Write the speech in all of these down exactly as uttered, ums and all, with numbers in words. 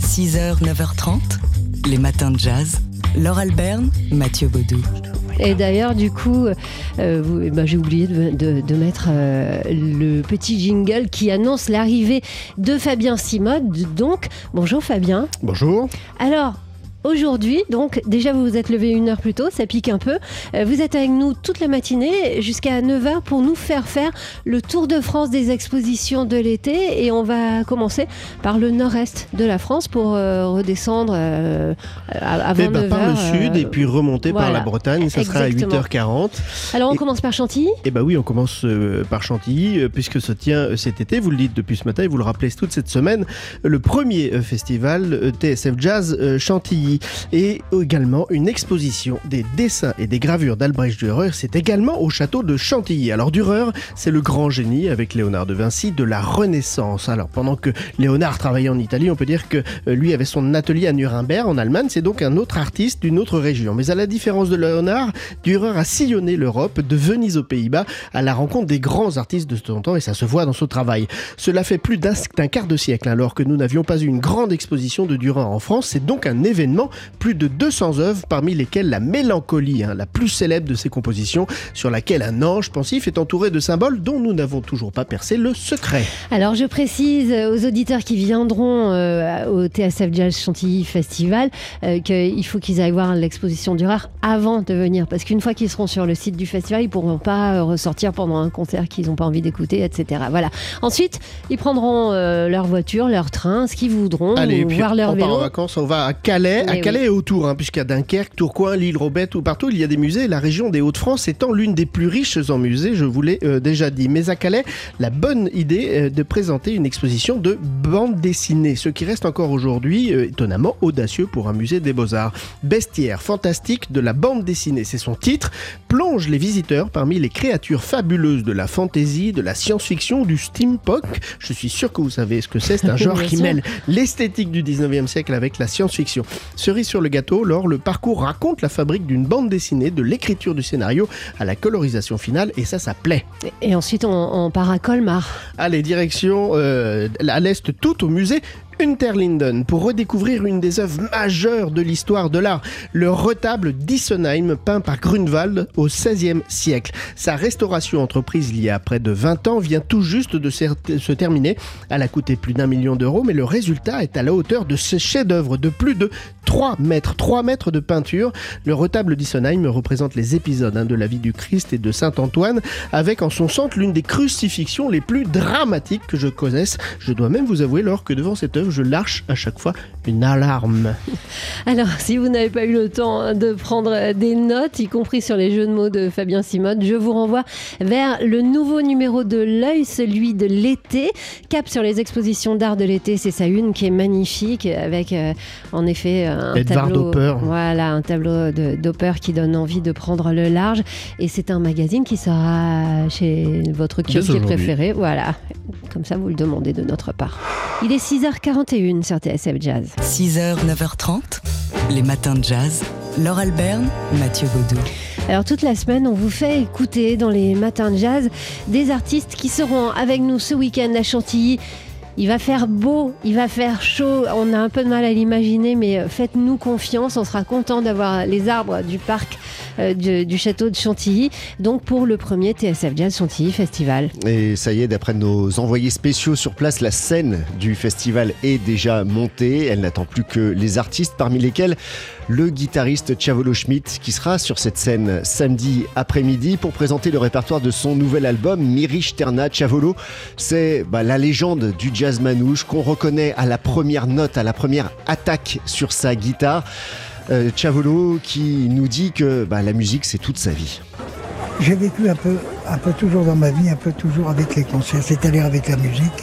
six heures, neuf heures trente, les matins de jazz. Laure Alberne, Mathieu Baudou. Et d'ailleurs, du coup, euh, vous, eh ben, j'ai oublié de, de, de mettre euh, le petit jingle qui annonce l'arrivée de Fabien Simode. Donc, bonjour Fabien. Bonjour. Alors, aujourd'hui, donc, déjà vous vous êtes levé une heure plus tôt, ça pique un peu. Euh, vous êtes avec nous toute la matinée jusqu'à neuf heures pour nous faire faire le tour de France des expositions de l'été. Et on va commencer par le nord-est de la France pour euh, redescendre euh, avant eh ben, neuf heures. Par le sud euh, et puis remonter voilà. par la Bretagne, ça Exactement. sera à huit heures quarante. Alors on et, commence par Chantilly. Eh bien oui, on commence euh, par Chantilly, euh, puisque se tient euh, cet été, vous le dites depuis ce matin et vous le rappelez toute cette semaine, le premier euh, festival euh, T S F Jazz euh, Chantilly. Et également une exposition des dessins et des gravures d'Albrecht Dürer, c'est également au château de Chantilly. Alors Dürer, c'est le grand génie avec Léonard de Vinci de la Renaissance. Alors pendant que Léonard travaillait en Italie, on peut dire que euh, lui avait son atelier à Nuremberg en Allemagne, c'est donc un autre artiste d'une autre région. Mais à la différence de Léonard, Dürer a sillonné l'Europe, de Venise aux Pays-Bas, à la rencontre des grands artistes de son temps et ça se voit dans son travail. Cela fait plus d'un, d'un quart de siècle alors que nous n'avions pas eu une grande exposition de Dürer en France, c'est donc un événement. Plus de deux cents œuvres, parmi lesquelles la Mélancolie, hein, la plus célèbre de ses compositions, sur laquelle un ange pensif est entouré de symboles dont nous n'avons toujours pas percé le secret. Alors je précise aux auditeurs qui viendront euh, au T S F Jazz Chantilly Festival euh, qu'il faut qu'ils aillent voir l'exposition Dürer avant de venir, parce qu'une fois qu'ils seront sur le site du festival, ils ne pourront pas ressortir pendant un concert qu'ils n'ont pas envie d'écouter, et cetera. Voilà. Ensuite, ils prendront euh, leur voiture, leur train, ce qu'ils voudront, Allez, ou voir leur on vélo. part en vacances, on va à Calais, Mais à Calais oui. et autour, hein, puisqu'à Dunkerque, Tourcoing, Lille, Robette ou partout, il y a des musées. La région des Hauts-de-France étant l'une des plus riches en musées, je vous l'ai euh, déjà dit. Mais à Calais, la bonne idée euh, de présenter une exposition de bande dessinée, ce qui reste encore aujourd'hui euh, étonnamment audacieux pour un musée des Beaux-Arts. Bestiaire fantastique de la bande dessinée, c'est son titre, plonge les visiteurs parmi les créatures fabuleuses de la fantasy, de la science-fiction, du steampunk. Je suis sûr que vous savez ce que c'est, c'est un genre qui sûr. mêle l'esthétique du dix-neuvième siècle avec la science-fiction. Cerise sur le gâteau, lors le parcours raconte la fabrique d'une bande dessinée, de l'écriture du scénario à la colorisation finale, et ça, ça plaît. Et ensuite, on, on part à Colmar. Allez, direction euh, à l'est, tout au musée Unterlinden, pour redécouvrir une des œuvres majeures de l'histoire de l'art, le retable d'Issenheim, peint par Grunewald au seizième siècle. Sa restauration, entreprise il y a près de vingt ans, vient tout juste de se terminer. Elle a coûté plus d'un million d'euros, mais le résultat est à la hauteur de ce chef-d'œuvre de plus de trois mètres. trois mètres de peinture. Le retable d'Issenheim représente les épisodes hein, de la vie du Christ et de saint Antoine, avec en son centre l'une des crucifixions les plus dramatiques que je connaisse. Je dois même vous avouer, Laure, que devant cette œuvre, je lâche à chaque fois une alarme. Alors, si vous n'avez pas eu le temps de prendre des notes, y compris sur les jeux de mots de Fabien Simode, je vous renvoie vers le nouveau numéro de L'Œil, celui de l'été. Cap sur les expositions d'art de l'été, c'est sa une qui est magnifique, avec euh, en effet un Edvard tableau, Dopper. voilà, un tableau de Dopper qui donne envie de prendre le large. Et c'est un magazine qui sera chez votre kiosque préféré. Voilà, comme ça vous le demandez de notre part. Il est six heures quarante et une sur T S F Jazz. six heures, neuf heures trente, les matins de jazz. Laure Alberne, Mathieu Baudou. Alors toute la semaine, on vous fait écouter dans les matins de jazz des artistes qui seront avec nous ce week-end à Chantilly. Il va faire beau, il va faire chaud, on a un peu de mal à l'imaginer, mais faites-nous confiance, on sera content d'avoir les arbres du parc euh, du, du château de Chantilly, donc pour le premier T S F Jazz Chantilly Festival. Et ça y est, d'après nos envoyés spéciaux sur place, la scène du festival est déjà montée, elle n'attend plus que les artistes, parmi lesquels le guitariste Tchavolo Schmitt, qui sera sur cette scène samedi après-midi pour présenter le répertoire de son nouvel album Mirish Terna. Tchavolo, c'est bah, la légende du jazz manouche qu'on reconnaît à la première note, à la première attaque sur sa guitare. Euh, Tchavolo qui nous dit que bah, la musique, c'est toute sa vie. J'ai vécu un peu, un peu toujours dans ma vie, un peu toujours avec les concerts, c'est-à-dire avec la musique.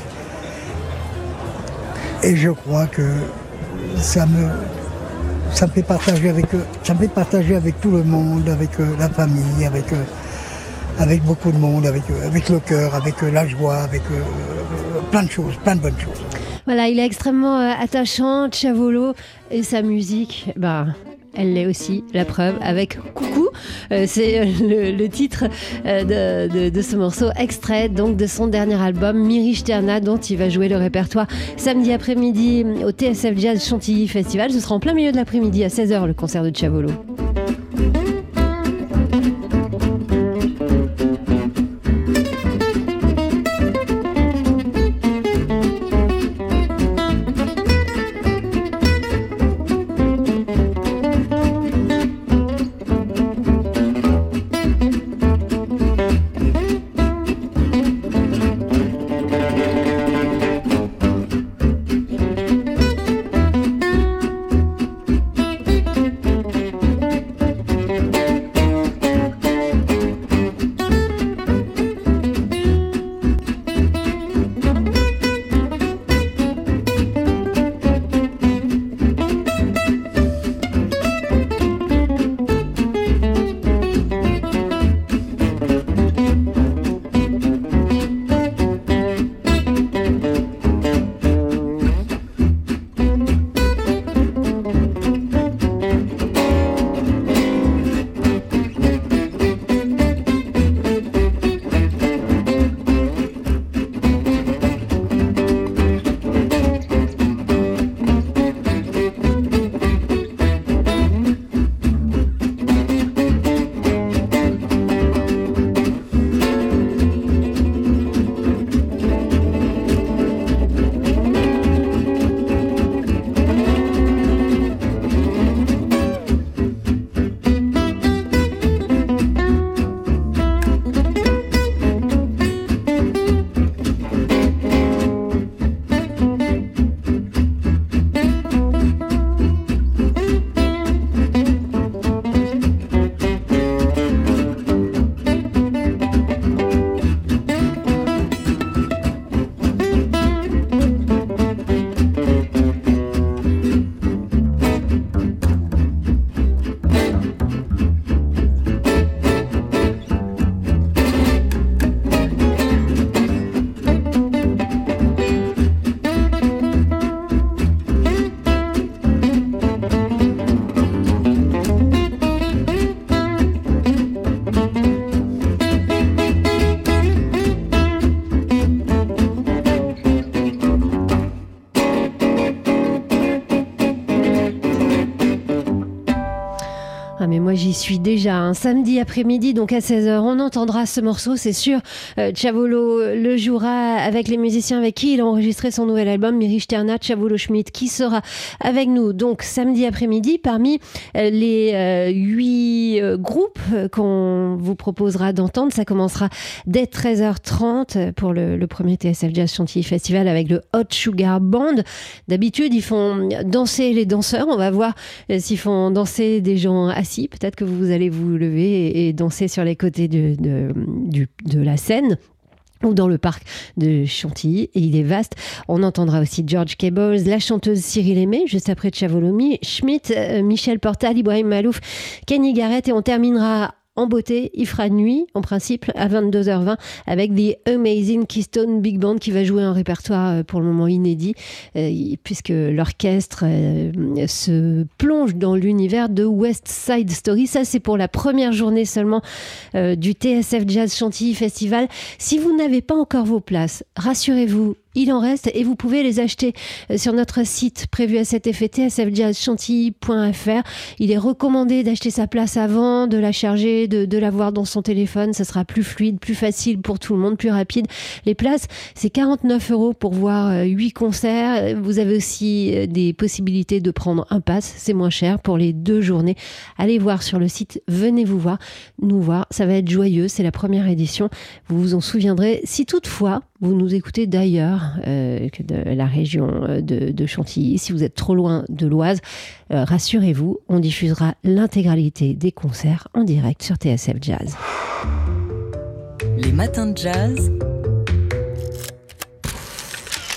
Et je crois que ça me... Ça me fait partager avec eux, ça me fait partager avec tout le monde, avec euh, la famille, avec, euh, avec beaucoup de monde, avec, euh, avec le cœur, avec euh, la joie, avec euh, euh, plein de choses, plein de bonnes choses. Voilà, il est extrêmement euh, attachant, Tchavolo, et sa musique, bah, elle l'est aussi, la preuve, avec Coucou. Euh, c'est le, le titre euh, de, de, de ce morceau, extrait donc de son dernier album, Miri Sternat, dont il va jouer le répertoire samedi après-midi au T S F Jazz Chantilly Festival. Ce sera en plein milieu de l'après-midi à seize heures, le concert de Chavolo. Ah mais moi j'y suis déjà, un samedi après-midi, donc à seize heures, on entendra ce morceau, c'est sûr. Euh, Chavolo le jouera avec les musiciens avec qui il a enregistré son nouvel album, Miri Sternat, Chavolo Schmidt, qui sera avec nous donc samedi après-midi parmi euh, les euh, huit euh, groupes qu'on vous proposera d'entendre. Ça commencera dès treize heures trente pour le, le premier T S F Jazz Chantilly Festival avec le Hot Sugar Band. D'habitude, ils font danser les danseurs. On va voir euh, s'ils font danser des gens assis. Peut-être que vous allez vous lever et, et danser sur les côtés de, de, du, de la scène ou dans le parc de Chantilly, et il est vaste. On entendra aussi George Cables, la chanteuse Cyril Aimé, juste après Chavolo Schmidt, euh, Michel Portal, Ibrahim Malouf, Kenny Garrett, et on terminera en beauté. Il fera nuit, en principe, à vingt-deux heures vingt, avec The Amazing Keystone Big Band qui va jouer un répertoire pour le moment inédit, euh, puisque l'orchestre euh, se plonge dans l'univers de West Side Story. Ça, c'est pour la première journée seulement euh, du T S F Jazz Chantilly Festival. Si vous n'avez pas encore vos places, rassurez-vous, il en reste et vous pouvez les acheter sur notre site prévu à cet effet, t s f jazz chantilly point f r. Il est recommandé d'acheter sa place avant, de la charger, de, de l'avoir dans son téléphone. Ça sera plus fluide, plus facile pour tout le monde, plus rapide. Les places, c'est quarante-neuf euros pour voir huit concerts. Vous avez aussi des possibilités de prendre un pass. C'est moins cher pour les deux journées. Allez voir sur le site, venez vous voir, nous voir. Ça va être joyeux. C'est la première édition. Vous vous en souviendrez. Si toutefois, vous nous écoutez d'ailleurs euh, que de la région de, de Chantilly, si vous êtes trop loin de l'Oise, euh, rassurez-vous, on diffusera l'intégralité des concerts en direct sur T S F Jazz. Les matins de jazz.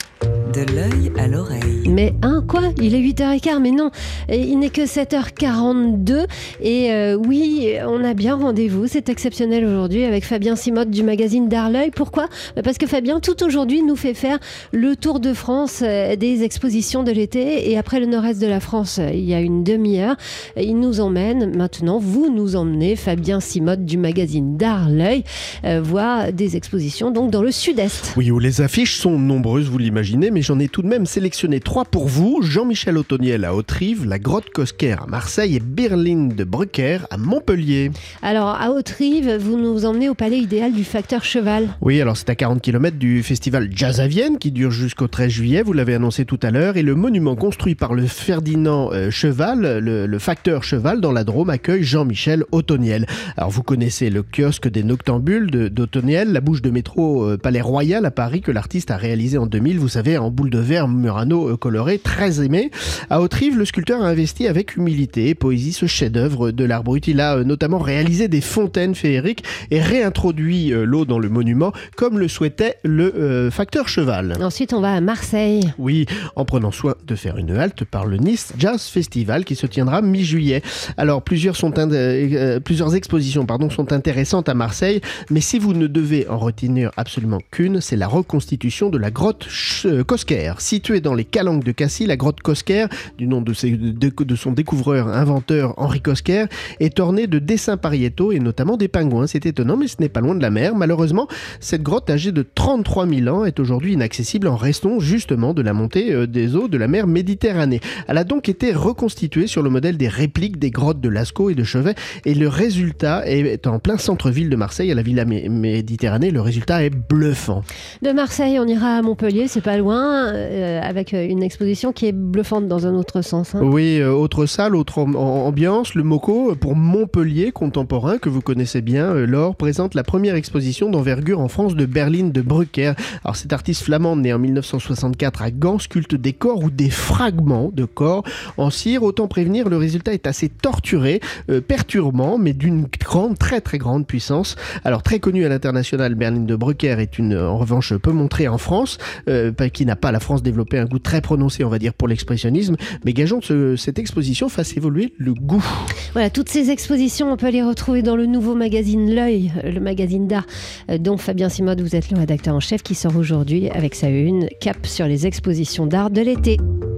De l'œil à l'oreille. Mais hein, quoi? Il est huit heures quinze, mais non, il n'est que sept heures quarante-deux. Et euh, oui, on a bien rendez-vous, c'est exceptionnel aujourd'hui avec Fabien Simotte du magazine D'Art l'œil. Pourquoi? Parce que Fabien, tout aujourd'hui, nous fait faire le tour de France des expositions de l'été. Et après le nord-est de la France, il y a une demi-heure, il nous emmène, maintenant, vous nous emmenez, Fabien Simotte du magazine D'Art l'œil, euh, voir des expositions donc dans le sud-est. Oui, où les affiches sont nombreuses, vous l'imaginez, mais j'en ai tout de même sélectionné trois pour vous. Jean-Michel Autoniel à Hauterive, la Grotte Cosquer à Marseille et Berline de Brucker à Montpellier. Alors, à Hauterive, vous nous emmenez au palais idéal du Facteur Cheval. Oui, alors c'est à quarante kilomètres du festival Jazz à Vienne qui dure jusqu'au treize juillet, vous l'avez annoncé tout à l'heure, et le monument construit par le Ferdinand euh, Cheval, le, le Facteur Cheval dans la Drôme, accueille Jean-Michel Autoniel. Alors vous connaissez le kiosque des Noctambules de, d'Autoniel, la bouche de métro euh, Palais Royal à Paris que l'artiste a réalisé en deux mille, vous savez, en boule de verre Murano coloré, très aimé. À Hauterive, le sculpteur a investi avec humilité et poésie ce chef-d'œuvre de l'art brut. Il a notamment réalisé des fontaines féeriques et réintroduit l'eau dans le monument comme le souhaitait le euh, Facteur Cheval. Ensuite, on va à Marseille. Oui, en prenant soin de faire une halte par le Nice Jazz Festival qui se tiendra mi-juillet. Alors, plusieurs, sont in- euh, plusieurs expositions pardon, sont intéressantes à Marseille, mais si vous ne devez en retenir absolument qu'une, c'est la reconstitution de la grotte Ch- Cosquer. Située dans les Calanques de Cassis, la grotte Cosquer, du nom de, ses, de, de son découvreur, inventeur Henri Cosquer, est ornée de dessins pariétaux et notamment des pingouins. C'est étonnant, mais ce n'est pas loin de la mer. Malheureusement, cette grotte âgée de trente-trois mille ans est aujourd'hui inaccessible en raison justement de la montée des eaux de la mer Méditerranée. Elle a donc été reconstituée sur le modèle des répliques des grottes de Lascaux et de Chevet, et le résultat est en plein centre-ville de Marseille, à la Villa Méditerranée. Le résultat est bluffant. De Marseille, on ira à Montpellier, c'est pas loin, euh, avec une exposition qui est bluffante dans un autre sens. Hein. Oui, euh, autre salle, autre ambiance, le MoCo pour Montpellier contemporain que vous connaissez bien. Euh, Laure présente la première exposition d'envergure en France de Berline de Brucker. Alors cette artiste flamande née en mille neuf cent soixante-quatre à Gand sculpte des corps ou des fragments de corps en cire. Autant prévenir, le résultat est assez torturé, euh, perturbant, mais d'une grande, très très grande puissance. Alors très connue à l'international, Berline de Brucker est une, en revanche, peu montrée en France, euh, qui n'a pas la France développé un goût très prononcé, on va dire, pour l'expressionnisme, mais gageons que cette exposition fasse évoluer le goût. Voilà, toutes ces expositions, on peut les retrouver dans le nouveau magazine L'œil, le magazine d'art dont Fabien Simotte, vous êtes le rédacteur en chef, qui sort aujourd'hui avec sa une, cap sur les expositions d'art de l'été.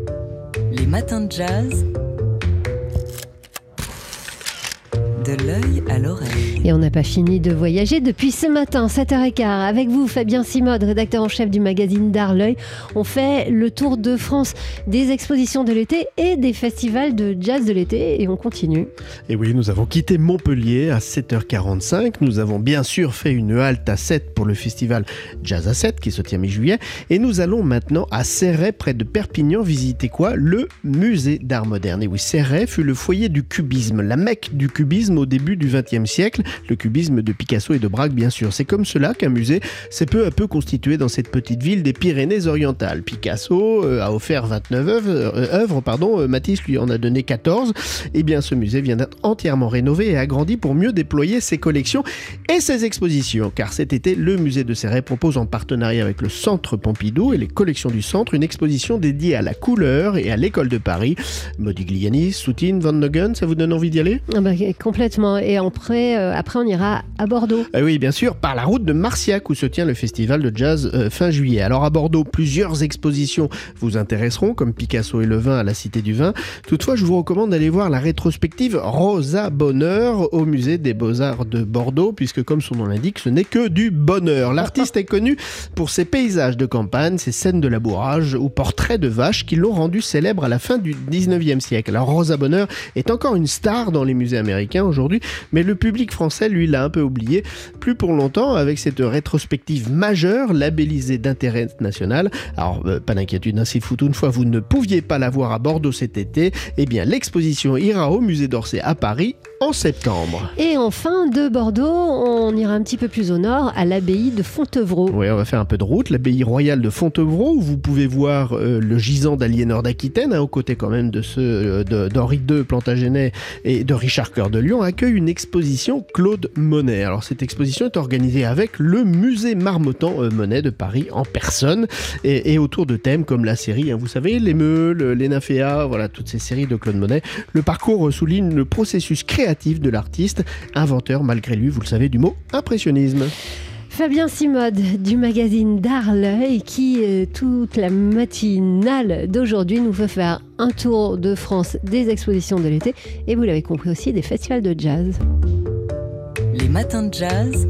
Les matins de jazz. De l'œil à l'oreille. Et on n'a pas fini de voyager depuis ce matin, sept heures quinze. Avec vous, Fabien Simotte, rédacteur en chef du magazine D'Art l'œil. On fait le tour de France des expositions de l'été et des festivals de jazz de l'été. Et on continue. Et oui, nous avons quitté Montpellier à sept heures quarante-cinq. Nous avons bien sûr fait une halte à Sète pour le festival Jazz à Sète qui se tient mi-juillet. Et nous allons maintenant à Céret, près de Perpignan, visiter quoi? Le musée d'art moderne. Et oui, Céret fut le foyer du cubisme, la Mecque du cubisme au début du vingtième siècle, le cubisme de Picasso et de Braque bien sûr. C'est comme cela qu'un musée s'est peu à peu constitué dans cette petite ville des Pyrénées-Orientales. Picasso euh, a offert vingt-neuf œuvres, euh, œuvres, pardon, euh, Matisse lui en a donné quatorze. Et bien ce musée vient d'être entièrement rénové et agrandi pour mieux déployer ses collections et ses expositions. Car cet été, le musée de Céret propose en partenariat avec le Centre Pompidou et les collections du Centre une exposition dédiée à la couleur et à l'école de Paris. Modigliani, Soutine, Van Noggen, ça vous donne envie d'y aller? Ah bah, complètement. Et après, euh, après, on ira à Bordeaux. Ah oui, bien sûr, par la route de Marciac où se tient le festival de jazz euh, fin juillet. Alors à Bordeaux, plusieurs expositions vous intéresseront, comme Picasso et le vin à la Cité du Vin. Toutefois, je vous recommande d'aller voir la rétrospective Rosa Bonheur au musée des Beaux-Arts de Bordeaux, puisque comme son nom l'indique, ce n'est que du bonheur. L'artiste est connu pour ses paysages de campagne, ses scènes de labourage ou portraits de vaches qui l'ont rendu célèbre à la fin du dix-neuvième siècle. Alors Rosa Bonheur est encore une star dans les musées américains aujourd'hui, mais le public français, lui, l'a un peu oublié. Plus pour longtemps, avec cette rétrospective majeure, labellisée d'intérêt national. Alors, euh, pas d'inquiétude, hein, s'il faut une fois vous ne pouviez pas la voir à Bordeaux cet été, eh bien l'exposition ira au musée d'Orsay à Paris en septembre. Et enfin, de Bordeaux, on ira un petit peu plus au nord, à l'abbaye de Fontevraud. Oui, on va faire un peu de route. L'abbaye royale de Fontevraud, où vous pouvez voir euh, le gisant d'Aliénor d'Aquitaine, hein, aux côtés quand même de ceux euh, de, d'Henri deux Plantagenet et de Richard Cœur de Lion, accueille une exposition Claude Monet. Alors cette exposition est organisée avec le musée Marmottan euh, Monet de Paris en personne et, et autour de thèmes comme la série, hein, vous savez, les meules, les nymphéas, voilà, toutes ces séries de Claude Monet. Le parcours euh, souligne le processus créatif de l'artiste, inventeur malgré lui, vous le savez, du mot impressionnisme. Fabien Simode du magazine d'Art L'Œil qui, euh, toute la matinale d'aujourd'hui, nous fait faire un tour de France des expositions de l'été et vous l'avez compris aussi des festivals de jazz. Les matins de jazz.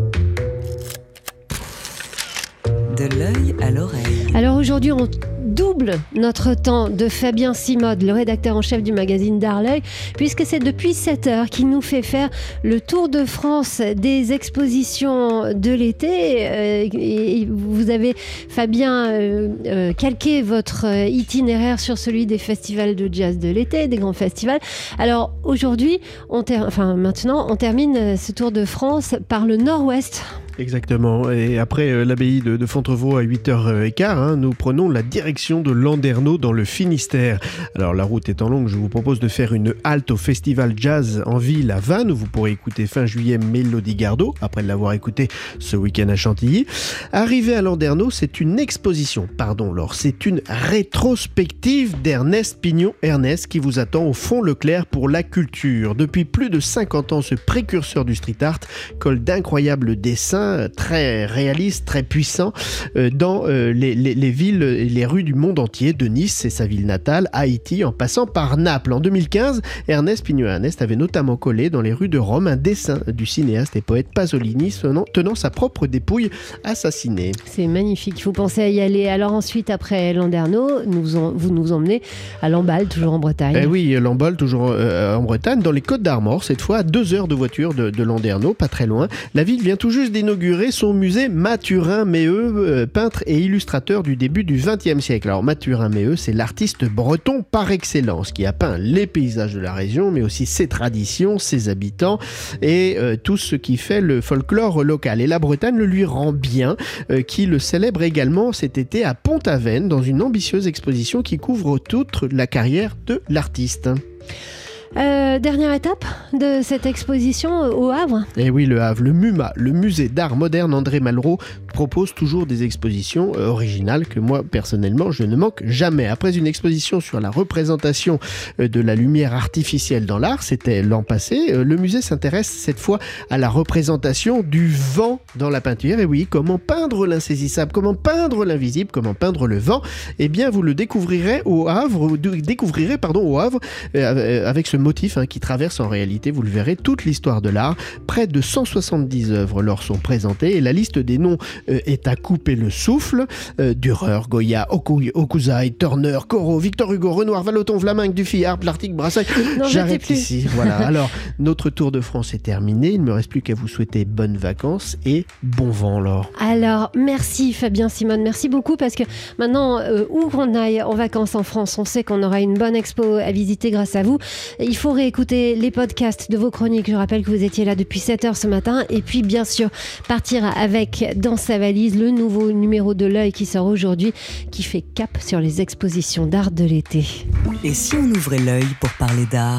De l'œil à l'oreille. Alors aujourd'hui, on double notre temps de Fabien Simode, le rédacteur en chef du magazine d'Art L'Œil, puisque c'est depuis sept heures qu'il nous fait faire le tour de France des expositions de l'été. Euh, et vous avez, Fabien, euh, euh, calqué votre itinéraire sur celui des festivals de jazz de l'été, des grands festivals. Alors aujourd'hui, on ter- enfin maintenant, on termine ce tour de France par le nord-ouest. Exactement. Et après euh, l'abbaye de, de Fontevraud à huit heures quinze, hein, nous prenons la direction de Landerneau dans le Finistère. Alors la route étant longue, je vous propose de faire une halte au festival jazz en ville à Vannes, où vous pourrez écouter fin juillet Mélodie Gardot, après l'avoir écouté ce week-end à Chantilly. Arrivé à Landerneau, c'est une exposition, pardon, alors c'est une rétrospective d'Ernest Pignon-Ernest qui vous attend au Fond Leclerc pour la culture. Depuis plus de cinquante ans, ce précurseur du street art colle d'incroyables dessins très réaliste, très puissant euh, dans euh, les, les, les villes et les rues du monde entier, de Nice, c'est sa ville natale, Haïti, en passant par Naples. En deux mille quinze, Ernest Pignon-Ernest avait notamment collé dans les rues de Rome un dessin du cinéaste et poète Pasolini tenant, tenant sa propre dépouille assassinée. C'est magnifique, il faut penser à y aller. Alors ensuite, après Landerneau, nous en, vous nous emmenez à Lamballe, toujours en Bretagne. Eh oui, Lamballe, toujours euh, en Bretagne, dans les Côtes d'Armor, cette fois à deux heures de voiture de, de Landerneau, pas très loin. La ville vient tout juste d'inaugurer son musée Mathurin-Méheux, euh, peintre et illustrateur du début du vingtième siècle. Alors Mathurin-Méheux, c'est l'artiste breton par excellence qui a peint les paysages de la région, mais aussi ses traditions, ses habitants et euh, tout ce qui fait le folklore local. Et la Bretagne le lui rend bien, euh, qui le célèbre également cet été à Pont-Aven dans une ambitieuse exposition qui couvre toute la carrière de l'artiste. Euh, dernière étape de cette exposition au Havre. Et oui, le Havre, le MUMA, le musée d'art moderne André Malraux, propose toujours des expositions euh, originales que moi, personnellement, je ne manque jamais. Après une exposition sur la représentation euh, de la lumière artificielle dans l'art, c'était l'an passé, euh, le musée s'intéresse cette fois à la représentation du vent dans la peinture. Et oui, comment peindre l'insaisissable, comment peindre l'invisible, comment peindre le vent. Eh bien, vous le découvrirez au Havre, vous découvrirez, pardon, au Havre, euh, avec ce motif hein, qui traverse en réalité, vous le verrez, toute l'histoire de l'art. Près de cent soixante-dix œuvres leur sont présentées et la liste des noms euh, est à couper le souffle. Euh, Dürer, Goya, Oku- Hokusai, Turner, Corot, Victor Hugo, Renoir, Vallotton, Vlaminck, Dufy, Harpe, Lartigue, Brassailles. Non, J'arrête plus. ici. Voilà. Alors, notre tour de France est terminé. Il ne me reste plus qu'à vous souhaiter bonnes vacances et bon vent, Laure. Alors, merci Fabien Simode, merci beaucoup parce que maintenant, euh, où qu'on aille en vacances en France, on sait qu'on aura une bonne expo à visiter grâce à vous. Il faut réécouter les podcasts de vos chroniques. Je rappelle que vous étiez là depuis sept heures ce matin. Et puis, bien sûr, partir avec dans sa valise le nouveau numéro de l'Œil qui sort aujourd'hui, qui fait cap sur les expositions d'art de l'été. Et si on ouvrait l'œil pour parler d'art ?